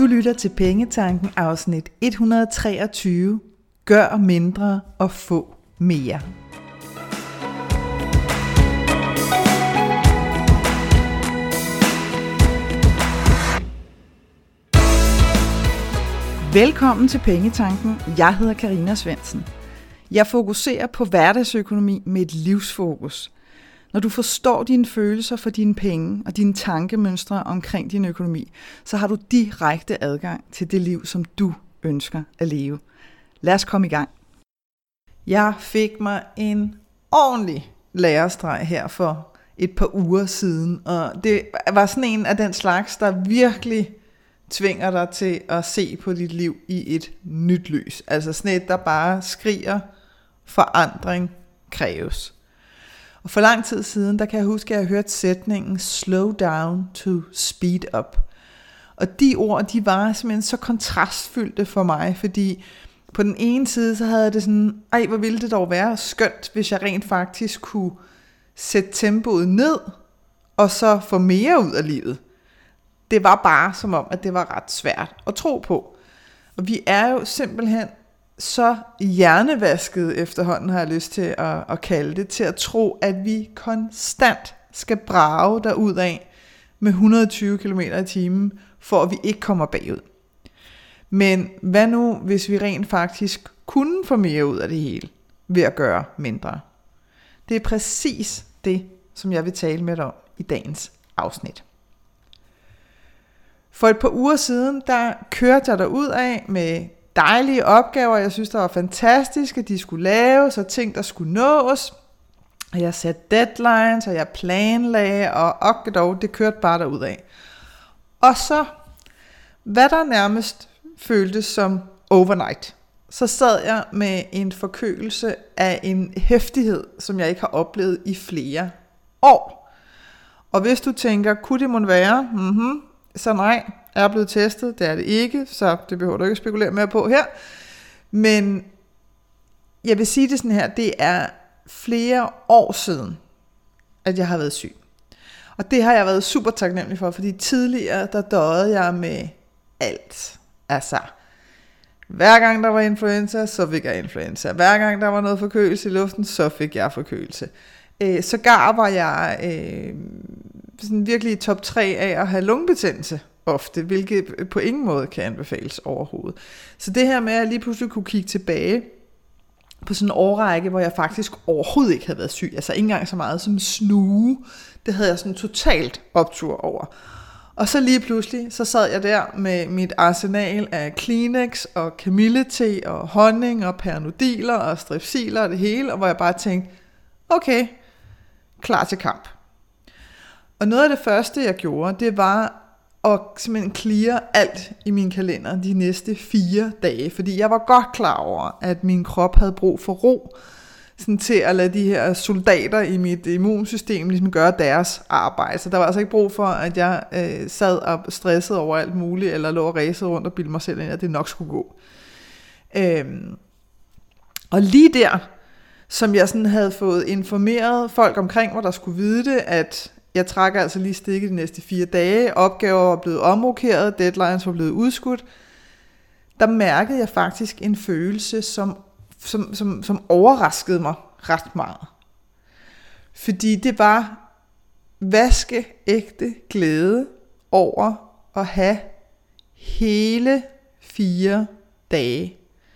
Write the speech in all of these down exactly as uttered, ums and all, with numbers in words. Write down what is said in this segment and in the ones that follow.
Du lytter til Pengetanken afsnit et hundrede og treogtyve. Gør mindre og få mere. Velkommen til Pengetanken. Jeg hedder Karina Svendsen. Jeg fokuserer på hverdagsøkonomi med et livsfokus. Når du forstår dine følelser for dine penge og dine tankemønstre omkring din økonomi, så har du direkte adgang til det liv, som du ønsker at leve. Lad os komme i gang. Jeg fik mig en ordentlig lærestreg her for et par uger siden, og det var sådan en af den slags, der virkelig tvinger dig til at se på dit liv i et nyt lys. Altså sådan et, der bare skriger, forandring kræves. Og for lang tid siden, der kan jeg huske, at jeg hørte sætningen slow down to speed up. Og de ord, de var simpelthen så kontrastfyldte for mig, fordi på den ene side, så havde jeg det sådan, ej, hvor ville det dog være skønt, hvis jeg rent faktisk kunne sætte tempoet ned, og så få mere ud af livet. Det var bare som om, at det var ret svært at tro på. Og vi er jo simpelthen så hjernevasket efterhånden, har jeg lyst til at, at kalde det, til at tro, at vi konstant skal brage derudad med et hundrede og tyve kilometer i timen, for at vi ikke kommer bagud. Men hvad nu, hvis vi rent faktisk kunne få mere ud af det hele, ved at gøre mindre? Det er præcis det, som jeg vil tale med dig om i dagens afsnit. For et par uger siden, der kørte jeg derudad med dejlige opgaver, jeg synes, der var fantastiske, de skulle laves, og ting, der skulle nås. Og jeg satte deadlines, og jeg planlagde, og ok, dog, det kørte bare derudad. Og så, hvad der nærmest føltes som overnight, så sad jeg med en forkølelse af en heftighed, som jeg ikke har oplevet i flere år. Og hvis du tænker, kunne det måtte være? Mhm. Så nej, er blevet testet, det er det ikke, så det behøver du ikke spekulere mere på her. Men jeg vil sige det sådan her, det er flere år siden, at jeg har været syg. Og det har jeg været super taknemmelig for, fordi tidligere, der døjede jeg med alt. Altså, hver gang der var influenza, så fik jeg influenza. Hver gang der var noget forkølelse i luften, så fik jeg forkølelse. Øh, sågar var jeg øh, sådan virkelig i top tre af at have lungebetændelse ofte, hvilket på ingen måde kan anbefales overhovedet. Så det her med, at jeg lige pludselig kunne kigge tilbage på sådan en årrække, hvor jeg faktisk overhovedet ikke havde været syg, altså ikke engang så meget som snue, det havde jeg sådan totalt optur over. Og så lige pludselig, så sad jeg der med mit arsenal af Kleenex og kamillete og honning og Pernodiler og strepsiler og det hele, og hvor jeg bare tænkte, okay, klar til kamp. Og noget af det første, jeg gjorde, det var at simpelthen clear alt i min kalender de næste fire dage, fordi jeg var godt klar over, at min krop havde brug for ro, sådan til at lade de her soldater i mit immunsystem ligesom gøre deres arbejde. Så der var altså ikke brug for, at jeg øh, sad og stressede over alt muligt, eller lå og ræsede rundt og bildte mig selv ind, at det nok skulle gå. Øhm, og lige der, som jeg sådan havde fået informeret folk omkring mig, der skulle vide det, at jeg trækker altså lige stikket de næste fire dage, opgaver var blevet omrokeret, deadlines var blevet udskudt, der mærkede jeg faktisk en følelse, som, som, som, som overraskede mig ret meget. Fordi det var vaskeægte glæde over at have hele fire dage,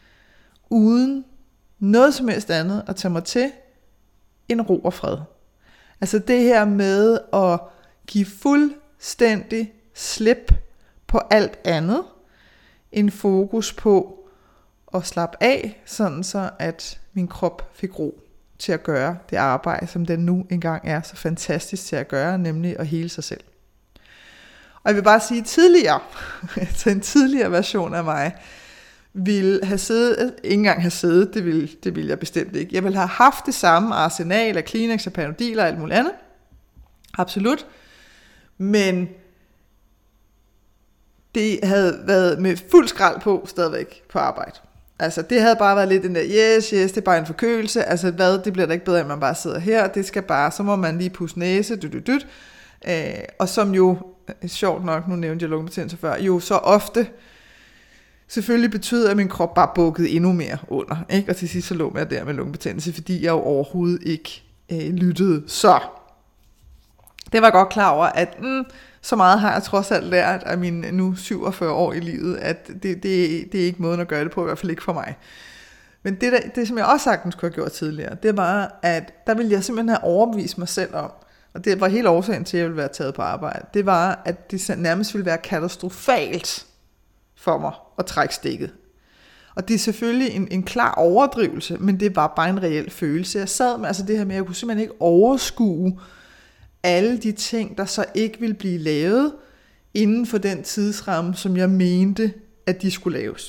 uden noget som helst andet at tage mig til en ro og fred. Altså det her med at give fuldstændig slip på alt andet, en fokus på at slappe af, sådan så at min krop fik ro til at gøre det arbejde, som den nu engang er så fantastisk til at gøre, nemlig at hele sig selv. Og jeg vil bare sige tidligere, altså en tidligere version af mig, ville have siddet, ikke engang have siddet, det ville, det ville jeg bestemt ikke. Jeg ville have haft det samme arsenal af Kleenex og Panodiler og alt muligt andet. Absolut. Men det havde været med fuld skrald på stadigvæk på arbejde. Altså det havde bare været lidt den der, yes, yes, det er bare en forkølelse. Altså hvad, det bliver da ikke bedre, at man bare sidder her. Det skal bare, så må man lige pusse næse, dyt, dyt, dyt. Øh, og som jo sjovt nok, nu nævnte jeg lungebetændelse før, jo så ofte selvfølgelig betyder, at min krop bare bukkede endnu mere under, ikke? Og til sidst så lå jeg der med lungebetændelse, fordi jeg jo overhovedet ikke øh, lyttede. Så det var jeg godt klar over, at mm, så meget har jeg trods alt lært af mine nu syvogfyrre år i livet, at det, det, det er ikke måden at gøre det på, i hvert fald ikke for mig. Men det, der, det som jeg også sagtens kunne have gjort tidligere, det var, at der ville jeg simpelthen have overbevist mig selv om, og det var hele årsagen til, at jeg ville være taget på arbejde, det var, at det nærmest ville være katastrofalt for mig at trække stikket. Og det er selvfølgelig en, en klar overdrivelse, men det var bare en reel følelse. Jeg sad med altså det her med, at jeg kunne simpelthen ikke overskue alle de ting, der så ikke ville blive lavet inden for den tidsramme, som jeg mente, at de skulle laves.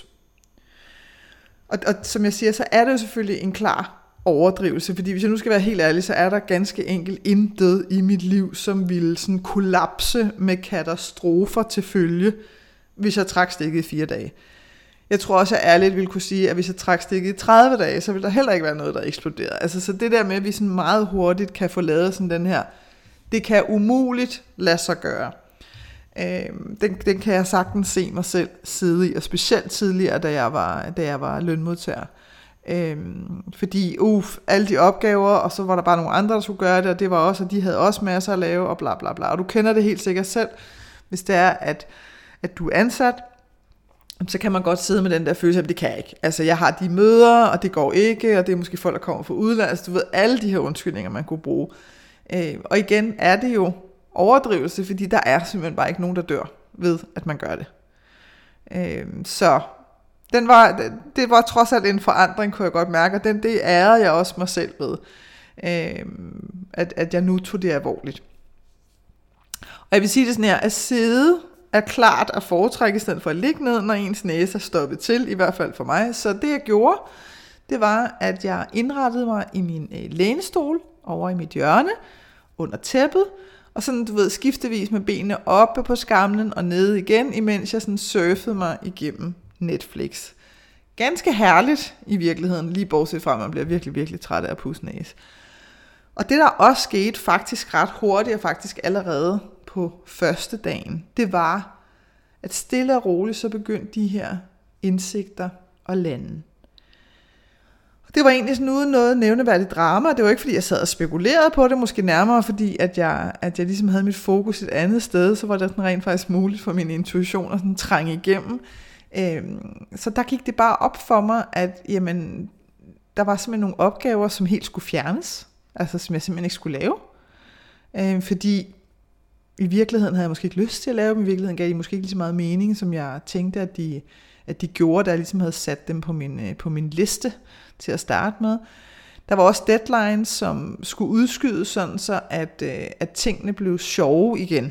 Og, og som jeg siger, så er det jo selvfølgelig en klar overdrivelse, fordi hvis jeg nu skal være helt ærlig, så er der ganske enkelt intet i mit liv, som ville sådan kollapse med katastrofer til følge, hvis jeg trak stikket i fire dage. Jeg tror også, jeg ærligt ville kunne sige, at hvis jeg trak stikket i tredive dage, så ville der heller ikke være noget, der eksploderede. Altså, så det der med, at vi sådan meget hurtigt kan få lavet sådan den her, det kan umuligt lade sig gøre. Øhm, den, den kan jeg sagtens se mig selv sidde i, og specielt tidligere, da jeg var, da jeg var lønmodtager. Øhm, fordi uff, alle de opgaver, og så var der bare nogle andre, der skulle gøre det, og det var også, og de havde også masser at lave, og bla bla bla. Og du kender det helt sikkert selv, hvis det er, at, at du er ansat, så kan man godt sidde med den der følelse, at det kan jeg ikke. Altså, jeg har de møder, og det går ikke, og det er måske folk, der kommer fra udlandet. Altså, du ved, alle de her undskyldninger, man kunne bruge. Øh, og igen er det jo overdrivelse, fordi der er simpelthen bare ikke nogen, der dør ved, at man gør det. Øh, så den var, det var trods alt en forandring, kunne jeg godt mærke, og den, det ærede jeg også mig selv ved, øh, at, at jeg nu tog det alvorligt. Og jeg vil sige det sådan her, at sidde er klart at foretrække, i stedet for at ligge ned, når ens næse er stoppet til, i hvert fald for mig. Så det jeg gjorde, det var, at jeg indrettede mig i min øh, lænestol over i mit hjørne, under tæppet, og sådan, du ved, skiftevis med benene oppe på skamlen og nede igen, imens jeg sådan surfede mig igennem Netflix. Ganske herligt i virkeligheden, lige bortset fra, at man bliver virkelig, virkelig træt af at pusse næse. Og det der også skete faktisk ret hurtigt, og faktisk allerede på første dagen, det var, at stille og roligt så begyndte de her indsigter at lande. Og det var egentlig sådan uden noget nævneværdigt drama. Det var ikke fordi jeg sad og spekulerede på det, måske nærmere fordi at jeg, at jeg ligesom havde mit fokus et andet sted, så var det sådan rent faktisk muligt for min intuition at sådan trænge igennem. Øhm, så der gik det bare op for mig, at jamen, der var simpelthen nogle opgaver, som helt skulle fjernes, altså som jeg simpelthen ikke skulle lave, øhm, fordi i virkeligheden havde jeg måske ikke lyst til at lave dem, i virkeligheden gav de måske ikke lige så meget mening, som jeg tænkte, at de, at de gjorde, da jeg ligesom havde sat dem på min, på min liste til at starte med. Der var også deadlines, som skulle udskydes, sådan så at, at tingene blev sjove igen.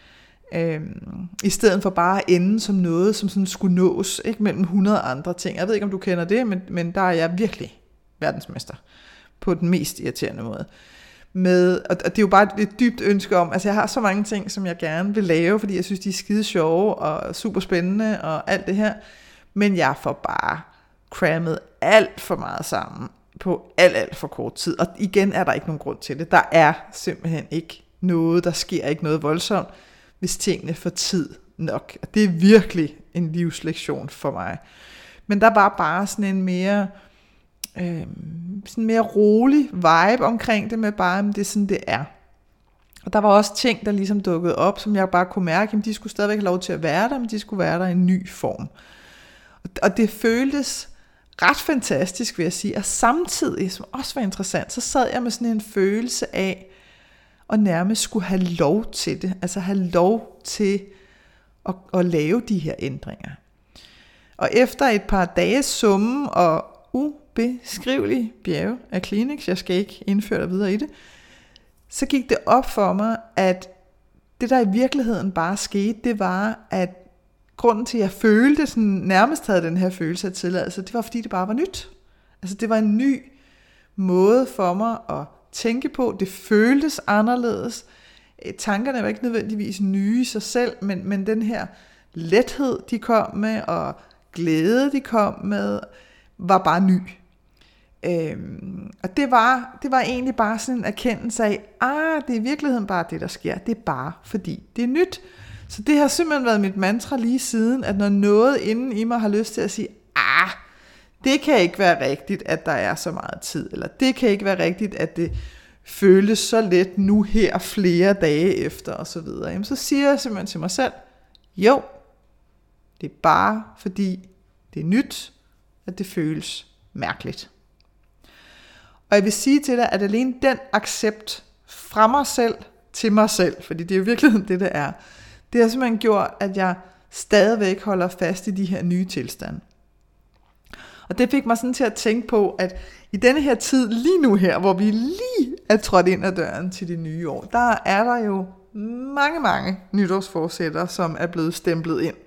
Øhm, I stedet for bare at ende som noget, som sådan skulle nås, ikke, mellem hundrede andre ting. Jeg ved ikke, om du kender det, men, men der er jeg virkelig verdensmester på den mest irriterende måde. Med, og det er jo bare et dybt ønske om, altså jeg har så mange ting, som jeg gerne vil lave, fordi jeg synes, de er skide sjove og super spændende og alt det her, men jeg får bare crammet alt for meget sammen på alt, alt for kort tid, og igen er der ikke nogen grund til det. Der er simpelthen ikke noget, der sker ikke noget voldsomt, hvis tingene får tid nok. Og det er virkelig en livslektion for mig. Men der var bare sådan en mere øh, sådan mere rolig vibe omkring det, med bare, at det er sådan, det er. Og der var også ting, der ligesom dukkede op, som jeg bare kunne mærke, at de skulle stadigvæk have lov til at være der, men de skulle være der i en ny form. Og det føltes ret fantastisk, vil jeg sige. Og samtidig, som også var interessant, så sad jeg med sådan en følelse af, at nærmest skulle have lov til det. Altså have lov til at, at lave de her ændringer. Og efter et par dages summen og ubeskrivelig bjerge af Kleenex, jeg skal ikke indføre dig videre i det, så gik det op for mig, at det der i virkeligheden bare skete, det var, at grunden til, at jeg følte, sådan nærmest havde den her følelse af tilladelse, det var fordi det bare var nyt. Altså det var en ny måde for mig at tænke på, det føltes anderledes. Tankerne var ikke nødvendigvis nye i sig selv, men, men den her lethed, de kom med, og glæde, de kom med, var bare ny. Øhm, og det var, det var egentlig bare sådan en erkendelse af, ah, det er i virkeligheden bare det, der sker. Det er bare fordi det er nyt. Så det har simpelthen været mit mantra lige siden, at når noget inden i mig har lyst til at sige, ah, det kan ikke være rigtigt, at der er så meget tid, eller det kan ikke være rigtigt, at det føles så let nu her flere dage efter, og så videre. Jamen, så siger jeg simpelthen til mig selv, jo, det er bare fordi det er nyt, at det føles mærkeligt. Og jeg vil sige til dig, at alene den accept fra mig selv til mig selv, fordi det er jo virkelig det, det er, det har simpelthen gjort, at jeg stadigvæk holder fast i de her nye tilstande. Og det fik mig sådan til at tænke på, at i denne her tid, lige nu her, hvor vi lige er trådt ind ad døren til det nye år, der er der jo mange, mange nytårsforsætter, som er blevet stemplet ind.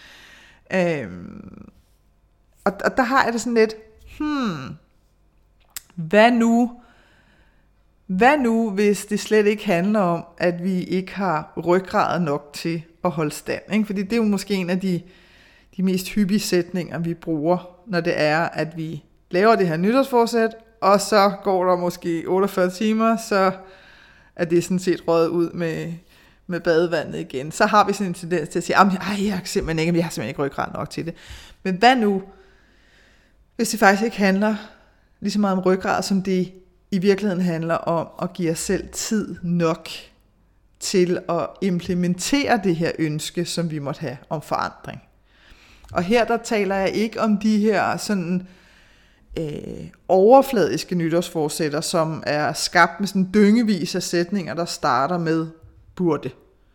Øhm, og, og der har jeg det sådan lidt, hmm, hvad nu, hvad nu, hvis det slet ikke handler om, at vi ikke har ryggrad nok til at holde stand, ikke? Fordi det er jo måske en af de, de mest hyppige sætninger, vi bruger, når det er, at vi laver det her nytårsforsæt, og så går der måske otteogfyrre timer, så er det sådan set røget ud med, med badevandet igen. Så har vi sådan en tendens til at sige, ej, jeg har simpelthen ikke, jeg har simpelthen ikke ryggrad nok til det. Men hvad nu, hvis det faktisk ikke handler lige så meget om ryggrad, som det i virkeligheden handler om at give os selv tid nok til at implementere det her ønske, som vi måtte have om forandring. Og her der taler jeg ikke om de her sådan øh, overfladiske nytårsforsætter, som er skabt med sådan dyngevis af sætninger, der starter med burde.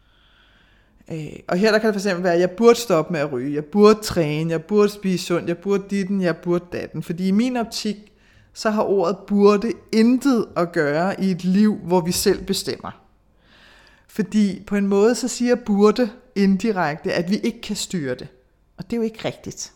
Øh, og her der kan det for eksempel være, at jeg burde stoppe med at ryge, jeg burde træne, jeg burde spise sundt, jeg burde ditten, jeg burde datten. Fordi i min optik, så har ordet burde intet at gøre i et liv, hvor vi selv bestemmer. Fordi på en måde så siger burde indirekte, at vi ikke kan styre det. Og det er jo ikke rigtigt.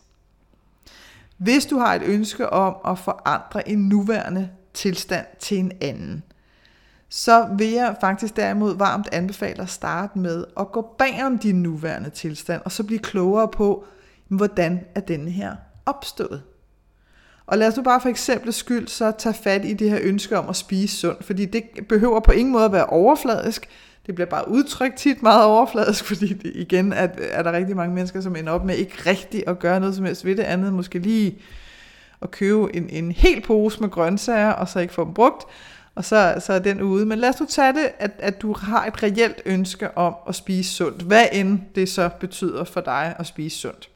Hvis du har et ønske om at forandre en nuværende tilstand til en anden, så vil jeg faktisk derimod varmt anbefale at starte med at gå bag om din nuværende tilstand, og så blive klogere på, hvordan er denne her opstået. Og lad os nu bare for eksempel skyld så tage fat i det her ønske om at spise sundt, fordi det behøver på ingen måde at være overfladisk. Det bliver bare udtrykt tit meget overfladisk, fordi det, igen er, er der rigtig mange mennesker, som ender op med ikke rigtig at gøre noget som helst ved det andet. Måske lige at købe en, en hel pose med grøntsager, og så ikke få dem brugt, og så, så er den ude. Men lad os nu tage det, at, at du har et reelt ønske om at spise sundt. Hvad end det så betyder for dig at spise sundt.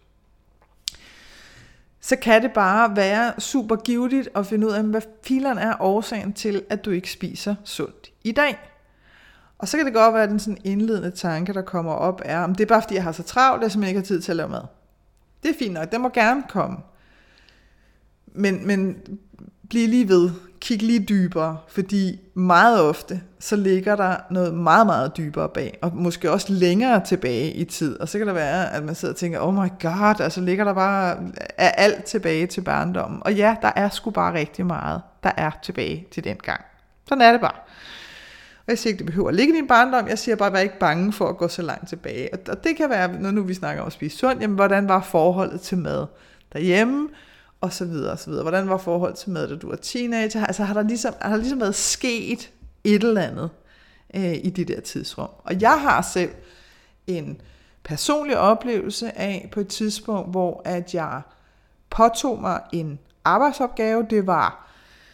Så kan det bare være super givtigt at finde ud af, hvad fileren er årsagen til, at du ikke spiser sundt i dag. Og så kan det godt være, at den sådan indledende tanke, der kommer op, er, om det er bare fordi, jeg har så travlt, at jeg simpelthen ikke har tid til at lave mad. Det er fint nok, det må gerne komme. Men, men bliv lige ved, kig lige dybere, fordi meget ofte, så ligger der noget meget, meget dybere bag, og måske også længere tilbage i tid. Og så kan det være, at man sidder og tænker, oh my god, altså ligger der bare, er alt tilbage til barndommen. Og ja, der er sgu bare rigtig meget, der er tilbage til den gang. Sådan er det bare. Og jeg siger ikke, det behøver at ligge i din barndom. Jeg siger bare, at jeg ikke bange for at gå så langt tilbage. Og det kan være, når nu vi snakker om at spise sundt, jamen hvordan var forholdet til mad derhjemme, og så videre, og så videre. Hvordan var forholdet til mad, da du var teenager? Altså har der ligesom, har der ligesom været sket et eller andet øh, i det der tidsrum. Og jeg har selv en personlig oplevelse af på et tidspunkt, hvor at jeg påtog mig en arbejdsopgave. Det var,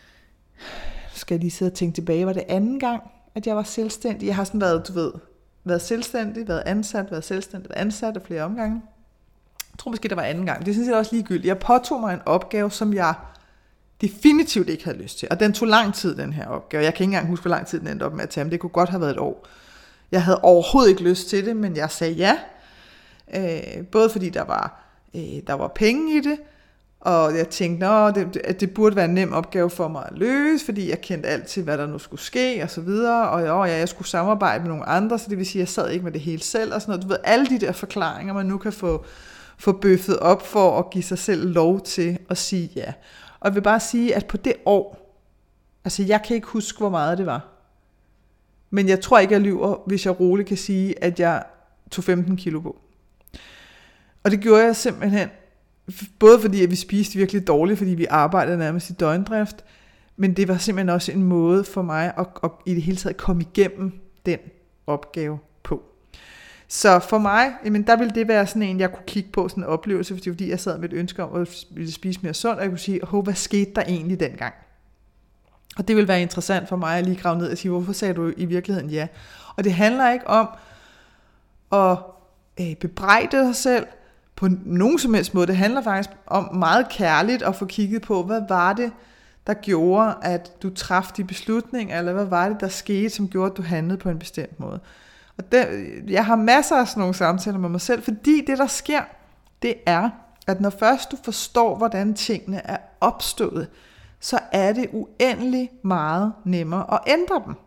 skal jeg lige sidde og tænke tilbage, var det anden gang, at jeg var selvstændig. Jeg har sådan været, du ved, været selvstændig, været ansat, været selvstændig, været ansat af flere omgange. Jeg tror måske, det var anden gang. Det synes jeg også ligegyldigt. Jeg påtog mig en opgave, som jeg definitivt ikke havde lyst til. Og den tog lang tid, den her opgave. Jeg kan ikke engang huske, hvor lang tid den endte op med at tage, men det kunne godt have været et år. Jeg havde overhovedet ikke lyst til det, men jeg sagde ja. Øh, både fordi der var, øh, der var penge i det, og jeg tænkte, at det, det burde være en nem opgave for mig at løse, fordi jeg kendte alt til, hvad der nu skulle ske, og så videre. Og ja, jeg skulle samarbejde med nogle andre, så det vil sige, at jeg sad ikke med det hele selv, og sådan noget. Du ved, alle de der forklaringer, man nu kan få, få bøffet op for at give sig selv lov til at sige ja. Og jeg vil bare sige, at på det år, altså jeg kan ikke huske, hvor meget det var. Men jeg tror ikke, jeg lyver, hvis jeg roligt kan sige, at jeg tog femten kilo på. Og det gjorde jeg simpelthen, både fordi at vi spiste virkelig dårligt, fordi vi arbejdede nærmest i døgndrift, men det var simpelthen også en måde for mig at, at i det hele taget komme igennem den opgave på. Så for mig, jamen der ville det være sådan en, jeg kunne kigge på, sådan en oplevelse, fordi, fordi jeg sad med et ønske om at ville spise mere sundt, og jeg kunne sige, oh, hvad skete der egentlig dengang? Og det vil være interessant for mig at lige grave ned og sige, hvorfor sagde du i virkeligheden ja? Og det handler ikke om at øh, bebrejde dig selv på nogen som helst måde. Det handler faktisk om meget kærligt at få kigget på, hvad var det, der gjorde, at du traf de beslutninger, eller hvad var det, der skete, som gjorde, at du handlede på en bestemt måde. Og det, jeg har masser af sådan nogle samtaler med mig selv, fordi det, der sker, det er, at når først du forstår, hvordan tingene er opstået, så er det uendelig meget nemmere at ændre dem.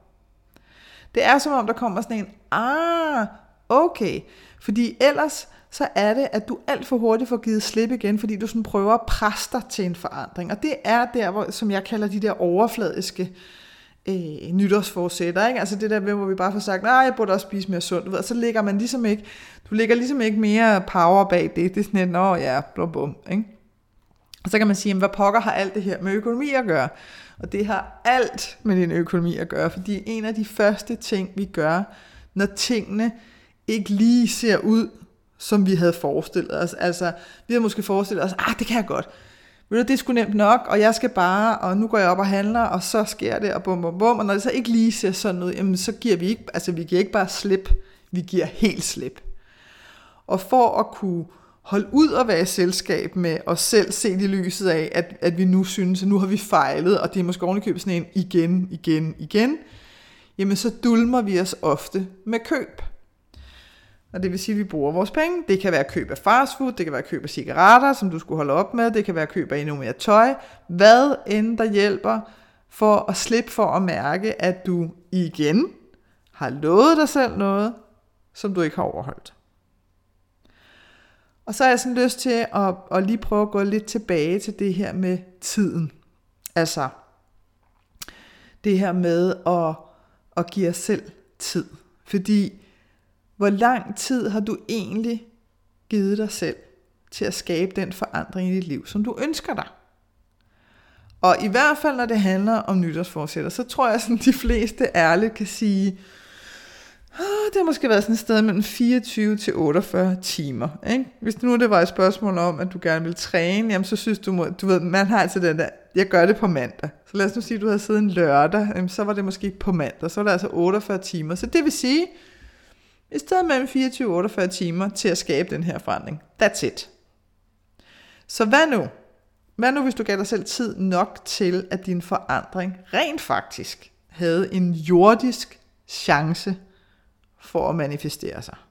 Det er som om, der kommer sådan en, ah, okay, fordi ellers så er det, at du alt for hurtigt får givet slip igen, fordi du sådan prøver at presse dig til en forandring. Og det er der, hvor, som jeg kalder de der overfladiske øh, nytårsforsætter, ikke? Altså det der, hvor vi bare får sagt, nej, jeg burde også spise mere sundt, og så ligger man ligesom ikke, du ligger ligesom ikke mere power bag det, det er sådan et, nå ja, blum bum, ikke? Og så kan man sige, hvad pokker har alt det her med økonomi at gøre? Og det har alt med din økonomi at gøre, fordi en af de første ting, vi gør, når tingene ikke lige ser ud, som vi havde forestillet os. Altså, vi havde måske forestillet os, ah, det kan jeg godt. Ved du, det er sgu nemt nok, og jeg skal bare, og nu går jeg op og handler, og så sker det, og bum, bum, bum. Og når det så ikke lige ser sådan ud, jamen, så giver vi ikke, altså vi giver ikke bare slip, vi giver helt slip. Og for at kunne holde ud og være i selskab med os selv, se i lyset af, at, at vi nu synes, at nu har vi fejlet, og det er måske ovenikøbet sådan en igen, igen, igen, jamen så dulmer vi os ofte med køb. Og det vil sige, at vi bruger vores penge. Det kan være køb af fastfood, det kan være køb af cigaretter, som du skulle holde op med, det kan være køb af endnu mere tøj. Hvad end der hjælper for at slippe for at mærke, at du igen har lovet dig selv noget, som du ikke har overholdt. Og så har jeg sådan lyst til at, at lige prøve at gå lidt tilbage til det her med tiden. Altså det her med at, at give os selv tid. Fordi hvor lang tid har du egentlig givet dig selv til at skabe den forandring i dit liv, som du ønsker dig? Og i hvert fald, når det handler om nytårsforsætter, så tror jeg, at de fleste ærligt kan sige, det har måske været sådan et sted mellem fireogtyve til otteogfyrre timer. Ikke? Hvis nu det var et spørgsmål om, at du gerne vil træne, jamen så synes du, må, du ved, man har altså den der, jeg gør det på mandag. Så lad os nu sige, at du havde siddet en lørdag, jamen så var det måske på mandag, så var det altså otteogfyrre timer. Så det vil sige, i stedet mellem fireogtyve og otteogfyrre timer til at skabe den her forandring. That's it. Så hvad nu? Hvad nu, hvis du gav dig selv tid nok til, at din forandring rent faktisk havde en jordisk chance for at manifestere sig?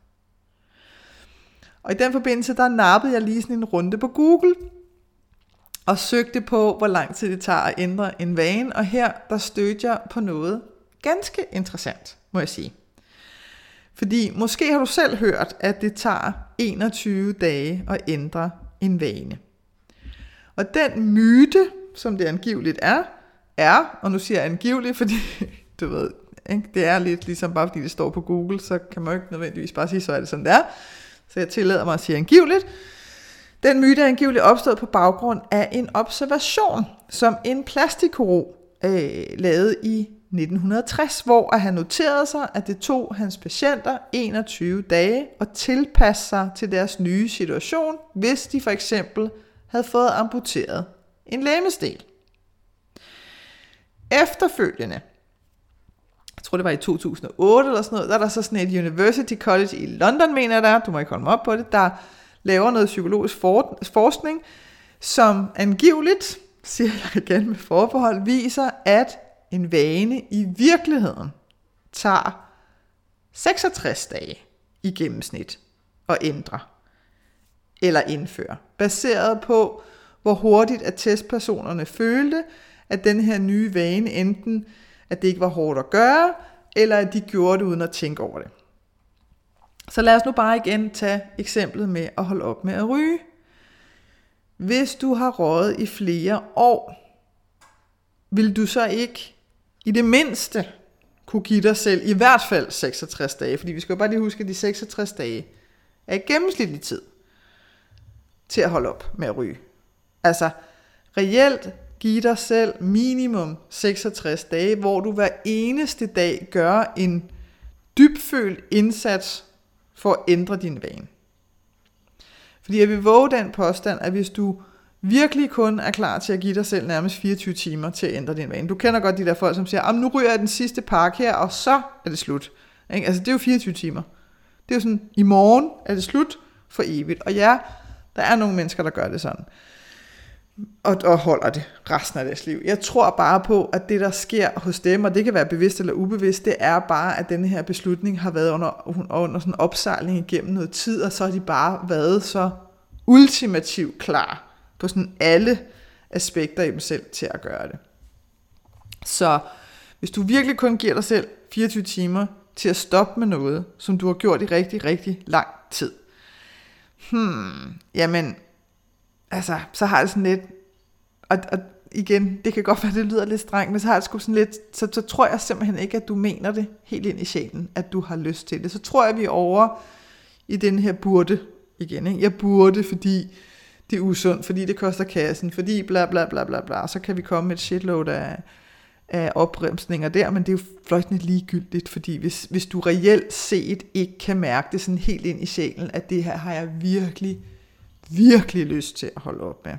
Og i den forbindelse, der nappede jeg lige sådan en runde på Google, og søgte på, hvor lang tid det tager at ændre en vane, og her, der stødte jeg på noget ganske interessant, må jeg sige. Fordi måske har du selv hørt, at det tager enogtyve dage at ændre en vane. Og den myte, som det angiveligt er, er, og nu siger jeg angiveligt, fordi du ved, ikke? Det er lidt ligesom bare fordi det står på Google, så kan man jo ikke nødvendigvis bare sige, så er det sådan der. Så jeg tillader mig at sige angiveligt. Den myte er angiveligt opstået på baggrund af en observation, som en plastikkirurg øh, lavede i nitten tres, hvor han noterede sig, at det tog hans patienter enogtyve dage at tilpasse sig til deres nye situation, hvis de for eksempel havde fået amputeret en legemsdel. Efterfølgende, jeg tror det var i to tusind og otte eller sådan noget, der er der så sådan et University College i London, mener jeg der, du må ikke holde mig op på det, der laver noget psykologisk for, forskning, som angiveligt, siger jeg igen med forbehold, viser, at en vane i virkeligheden tager seksogtres dage i gennemsnit at ændre eller indføre, baseret på, hvor hurtigt at testpersonerne følte, at den her nye vane enten, at det ikke var hårdt at gøre, eller at de gjorde det uden at tænke over det. Så lad os nu bare igen tage eksemplet med at holde op med at ryge. Hvis du har røget i flere år, vil du så ikke i det mindste kunne give dig selv i hvert fald seksogtres dage, fordi vi skal jo bare lige huske, at de seksogtres dage er i gennemsnitlig tid til at holde op med at ryge. Altså reelt give dig selv minimum seksogtres dage, hvor du hver eneste dag gør en dybfølt indsats for at ændre din vane. Fordi jeg vil våge den påstand, at hvis du virkelig kun er klar til at give dig selv nærmest fireogtyve timer til at ændre din vane. Du kender godt de der folk, som siger, nu ryger jeg den sidste pakke her, og så er det slut. Ikke? Altså det er jo fireogtyve timer. Det er jo sådan, i morgen er det slut for evigt. Og ja, der er nogle mennesker, der gør det sådan. Og, og holder det resten af deres liv. Jeg tror bare på, at det der sker hos dem, og det kan være bevidst eller ubevidst, det er bare, at denne her beslutning har været under, under sådan en opsejling igennem noget tid, og så har de bare været så ultimativt klar på sådan alle aspekter i dem selv til at gøre det. Så hvis du virkelig kun giver dig selv fireogtyve timer til at stoppe med noget, som du har gjort i rigtig, rigtig lang tid, hmm, jamen, altså, så har det sådan lidt, og, og igen, det kan godt være, det lyder lidt strengt, men så har det sgu sådan lidt, så, så tror jeg simpelthen ikke, at du mener det helt ind i sjælen, at du har lyst til det. Så tror jeg, vi er over i den her burde igen, ikke? Jeg burde, fordi det er usundt, fordi det koster kassen, fordi bla bla bla bla bla, så kan vi komme med et shitload af, af opbremsninger der, men det er jo fløjtende ligegyldigt, fordi hvis, hvis du reelt set ikke kan mærke det sådan helt ind i sjælen, at det her har jeg virkelig, virkelig lyst til at holde op med,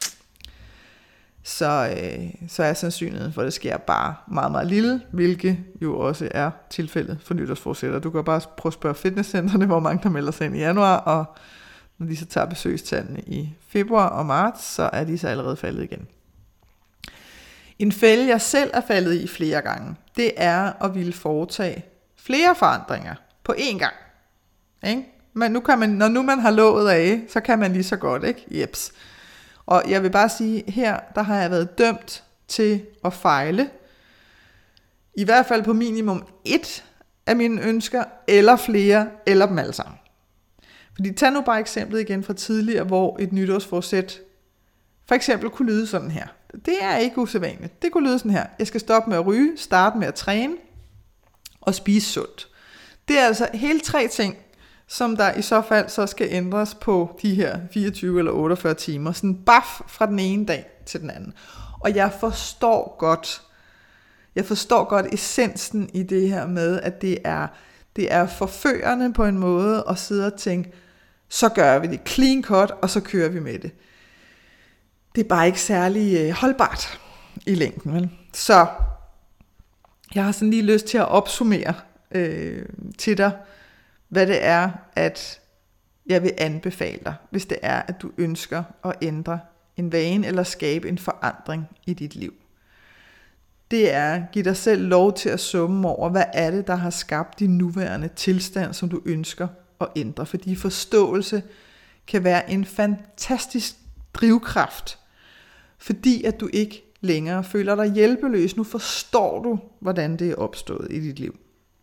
så, øh, så er sandsynligheden for, at det sker bare meget, meget lille, hvilket jo også er tilfældet for nytårsforsætter. Du kan bare prøve at spørge fitnesscentrene, hvor mange der melder sig ind i januar, og når de så tager besøgstallene i februar og marts, så er de så allerede faldet igen. En fælde, jeg selv er faldet i flere gange, det er at ville foretage flere forandringer på én gang. Ikke? Men nu kan man, når nu man har lovet af, så kan man lige så godt, ikke? Jeps. Og jeg vil bare sige, her der har jeg været dømt til at fejle, i hvert fald på minimum et af mine ønsker, eller flere, eller dem alle sammen. Fordi tag nu bare eksemplet igen fra tidligere, hvor et nytårsforsæt for eksempel kunne lyde sådan her. Det er ikke usædvanligt. Det kunne lyde sådan her. Jeg skal stoppe med at ryge, starte med at træne og spise sundt. Det er altså hele tre ting, som der i så fald så skal ændres på de her fireogtyve eller otteogfyrre timer. Sådan baf fra den ene dag til den anden. Og jeg forstår godt, jeg forstår godt essensen i det her med, at det er, det er forførende på en måde at sidde og tænke, så gør vi det clean cut, og så kører vi med det. Det er bare ikke særlig holdbart i længden, vel? Så jeg har sådan lige lyst til at opsummere øh, til dig, hvad det er, at jeg vil anbefale dig, hvis det er, at du ønsker at ændre en vane eller skabe en forandring i dit liv. Det er at give dig selv lov til at summe over, hvad er det, der har skabt din nuværende tilstand, som du ønsker at ændre. Fordi forståelse kan være en fantastisk drivkraft, fordi at du ikke længere føler dig hjælpeløs. Nu forstår du, hvordan det er opstået i dit liv.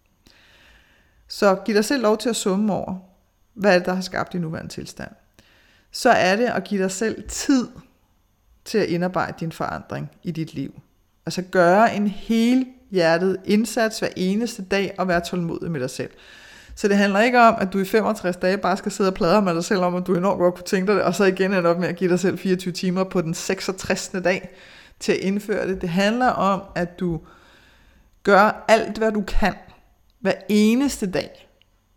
Så giv dig selv lov til at summe over, hvad er det, der har skabt din nuværende tilstand. Så er det at give dig selv tid til at indarbejde din forandring i dit liv. Altså gøre en helhjertet indsats hver eneste dag og være tålmodig med dig selv. Så det handler ikke om, at du i femogtres dage bare skal sidde og pladre med dig selv om, at du enormt godt kunne tænke dig det, og så igen ende op med at give dig selv fireogtyve timer på den seksogtresindstyvende dag til at indføre det. Det handler om, at du gør alt, hvad du kan, hver eneste dag.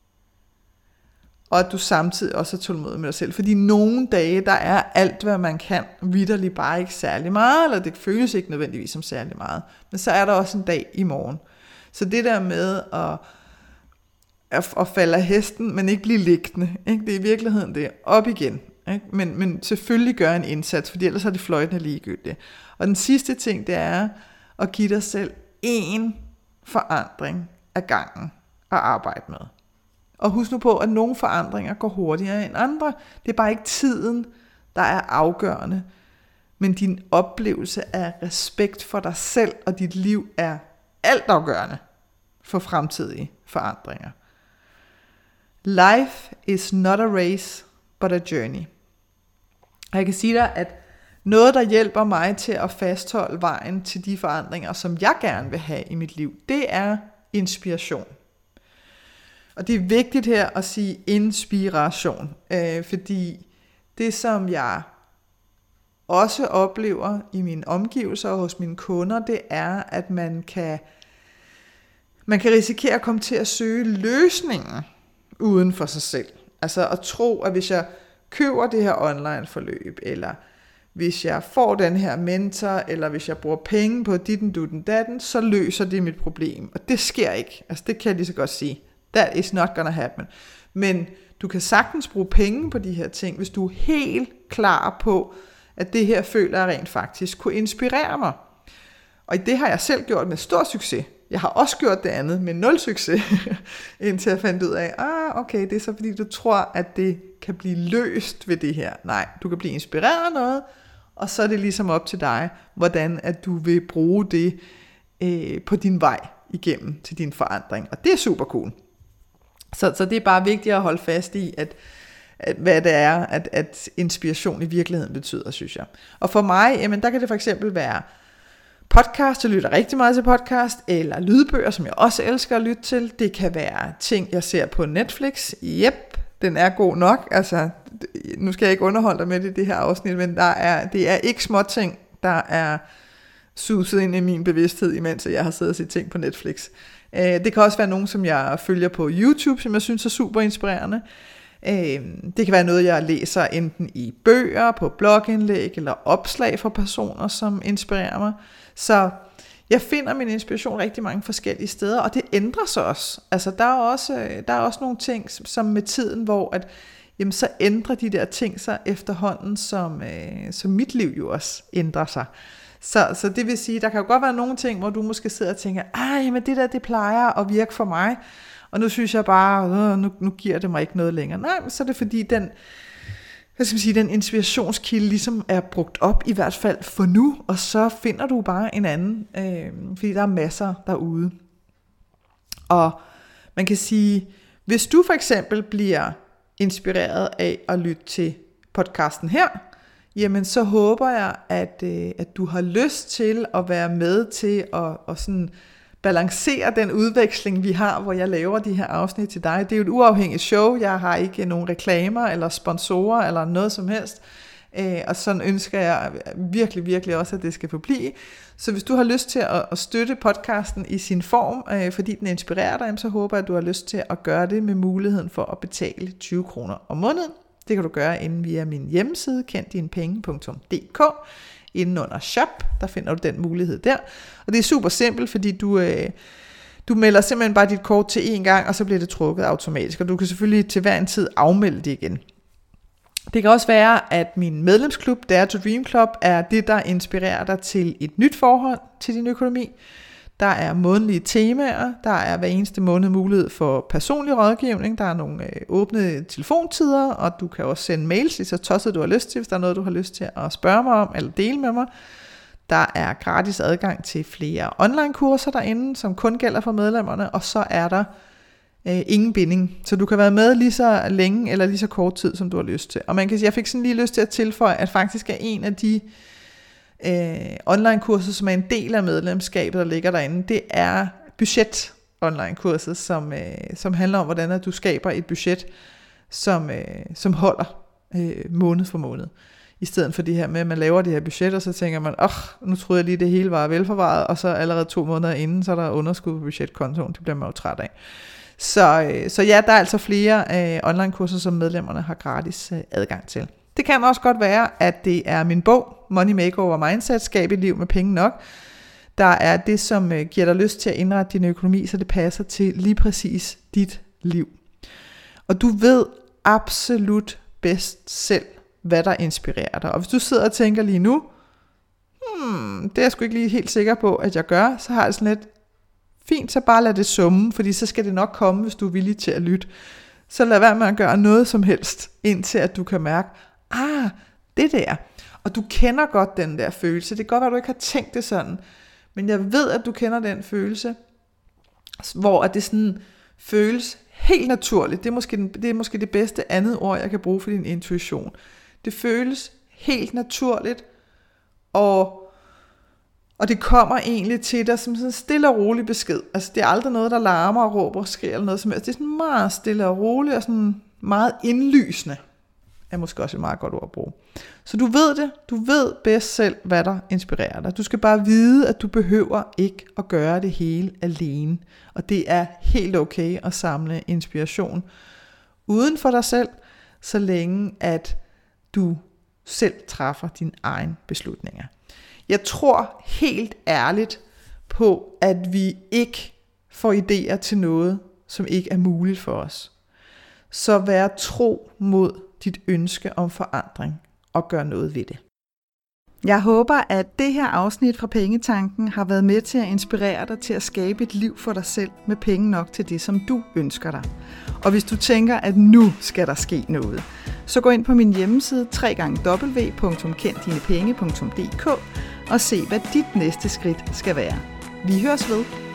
Og at du samtidig også er tålmodig med dig selv. Fordi nogle dage, der er alt, hvad man kan, vitterligt bare ikke særlig meget, eller det føles ikke nødvendigvis som særlig meget. Men så er der også en dag i morgen. Så det der med at, at, at falde af hesten, men ikke blive liggende, ikke? Det er i virkeligheden det. Op igen. Ikke? Men, men selvfølgelig gøre en indsats, fordi ellers er det fløjtende ligegyldigt. Og den sidste ting, det er at give dig selv én forandring af gangen at arbejde med. Og husk nu på, at nogle forandringer går hurtigere end andre. Det er bare ikke tiden, der er afgørende. Men din oplevelse af respekt for dig selv og dit liv er altafgørende for fremtidige forandringer. Life is not a race, but a journey. Og jeg kan sige dig, at noget, der hjælper mig til at fastholde vejen til de forandringer, som jeg gerne vil have i mit liv, det er inspiration. Og det er vigtigt her at sige inspiration, øh, fordi det, som jeg også oplever i mine omgivelser og hos mine kunder, det er, at man kan, man kan risikere at komme til at søge løsningen uden for sig selv. Altså at tro, at hvis jeg køber det her online forløb, eller hvis jeg får den her mentor, eller hvis jeg bruger penge på ditten, dutten, datten, så løser det mit problem. Og det sker ikke. Altså det kan jeg lige så godt sige. That is not gonna happen. Men du kan sagtens bruge penge på de her ting, hvis du er helt klar på, at det her føler jeg rent faktisk kunne inspirere mig. Og det har jeg selv gjort med stor succes. Jeg har også gjort det andet med nul succes, indtil jeg fandt ud af, ah, okay, det er så fordi du tror, at det kan blive løst ved det her. Nej, du kan blive inspireret af noget, og så er det ligesom op til dig, hvordan at du vil bruge det øh, på din vej igennem til din forandring. Og det er super cool. Så, så det er bare vigtigt at holde fast i, at, at hvad det er, at, at inspiration i virkeligheden betyder, synes jeg. Og for mig, jamen, der kan det for eksempel være podcast, jeg lytter rigtig meget til podcast, eller lydbøger, som jeg også elsker at lytte til. Det kan være ting, jeg ser på Netflix. Jep, den er god nok. Altså, nu skal jeg ikke underholde dig med det, det her afsnit, men der er, det er ikke små ting, der er suset ind i min bevidsthed, imens jeg har siddet og set ting på Netflix. Det kan også være nogen, som jeg følger på YouTube, som jeg synes er super inspirerende. Det kan være noget, jeg læser enten i bøger, på blogindlæg eller opslag fra personer, som inspirerer mig. Så jeg finder min inspiration rigtig mange forskellige steder, og det ændrer sig også. Altså der er også, der er også nogle ting, som med tiden, hvor at, jamen, så ændrer de der ting sig efterhånden, som, øh, som mit liv jo også ændrer sig. Så, så det vil sige, der kan jo godt være nogle ting, hvor du måske sidder og tænker, ah, jamen det der, det plejer at virke for mig, og nu synes jeg bare, nu, nu giver det mig ikke noget længere. Nej, men så er det fordi, den, hvad skal man sige, den inspirationskilde ligesom er brugt op, i hvert fald for nu, og så finder du bare en anden, øh, fordi der er masser derude. Og man kan sige, hvis du for eksempel bliver inspireret af at lytte til podcasten her, jamen så håber jeg, at, øh, at du har lyst til at være med til at, at sådan balancere den udveksling, vi har, hvor jeg laver de her afsnit til dig. Det er jo et uafhængigt show. Jeg har ikke nogen reklamer eller sponsorer eller noget som helst. Øh, og sådan ønsker jeg virkelig, virkelig også, at det skal forblive. Så hvis du har lyst til at, at støtte podcasten i sin form, øh, fordi den inspirerer dig, så håber jeg, at du har lyst til at gøre det med muligheden for at betale tyve kroner om måneden. Det kan du gøre inde via min hjemmeside, kend dine penge punktum d k. Inden under shop, der finder du den mulighed der. Og det er super simpelt, fordi du, øh, du melder simpelthen bare dit kort til én gang, og så bliver det trukket automatisk. Og du kan selvfølgelig til hver en tid afmelde det igen. Det kan også være, at min medlemsklub, Dare to Dream Club, er det, der inspirerer dig til et nyt forhold til din økonomi. Der er månedlige temaer, der er hver eneste måned mulighed for personlig rådgivning, der er nogle øh, åbne telefontider, og du kan også sende mails, lige så tosset du har lyst til, hvis der er noget, du har lyst til at spørge mig om, eller dele med mig. Der er gratis adgang til flere online-kurser derinde, som kun gælder for medlemmerne, og så er der øh, ingen binding. Så du kan være med lige så længe, eller lige så kort tid, som du har lyst til. Og man kan sige, jeg fik sådan lige lyst til at tilføje, at faktisk er en af de Øh, online-kurser, som er en del af medlemskabet, der ligger derinde, det er budget online-kurset, som, øh, som handler om, hvordan at du skaber et budget, som, øh, som holder øh, måned for måned. I stedet for det her med, at man laver det her budget, og så tænker man, åh, oh, nu troede jeg lige, det hele var velforvaret, og så allerede to måneder inden, så er der underskud på budgetkontoen. Det bliver man jo træt af. Så, øh, så ja, der er altså flere øh, online-kurser, som medlemmerne har gratis øh, adgang til. Det kan også godt være, at det er min bog, Money Makeover Mindset, Skab et liv med penge nok, der er det, som giver dig lyst til at indrette din økonomi, så det passer til lige præcis dit liv. Og du ved absolut bedst selv, hvad der inspirerer dig. Og hvis du sidder og tænker lige nu, hmm, det er jeg sgu ikke lige helt sikker på, at jeg gør, så har jeg sådan lidt, fint, så bare lad det summe, fordi så skal det nok komme, hvis du er villig til at lytte. Så lad være med at gøre noget som helst, indtil at du kan mærke, ah, det der. Og du kender godt den der følelse. Det kan godt være, at du ikke har tænkt det sådan. Men jeg ved, at du kender den følelse, hvor at det sådan føles helt naturligt. Det er, måske den, det er måske det bedste andet ord, jeg kan bruge for din intuition. Det føles helt naturligt, og, og det kommer egentlig til dig som sådan en stille og rolig besked. Altså det er aldrig noget, der larmer og råber og skriger eller noget som helst. Det er sådan meget stille og roligt og sådan meget indlysende. Er måske også et meget godt ord at bruge. Så du ved det, du ved bedst selv, hvad der inspirerer dig. Du skal bare vide, at du behøver ikke at gøre det hele alene. Og det er helt okay at samle inspiration uden for dig selv, så længe at du selv træffer dine egne beslutninger. Jeg tror helt ærligt på, at vi ikke får idéer til noget, som ikke er muligt for os. Så vær tro mod dit ønske om forandring og gør noget ved det. Jeg håber, at det her afsnit fra Pengetanken har været med til at inspirere dig til at skabe et liv for dig selv med penge nok til det, som du ønsker dig. Og hvis du tænker, at nu skal der ske noget, så gå ind på min hjemmeside w w w punktum kend dine penge punktum d k og se, hvad dit næste skridt skal være. Vi høres ved.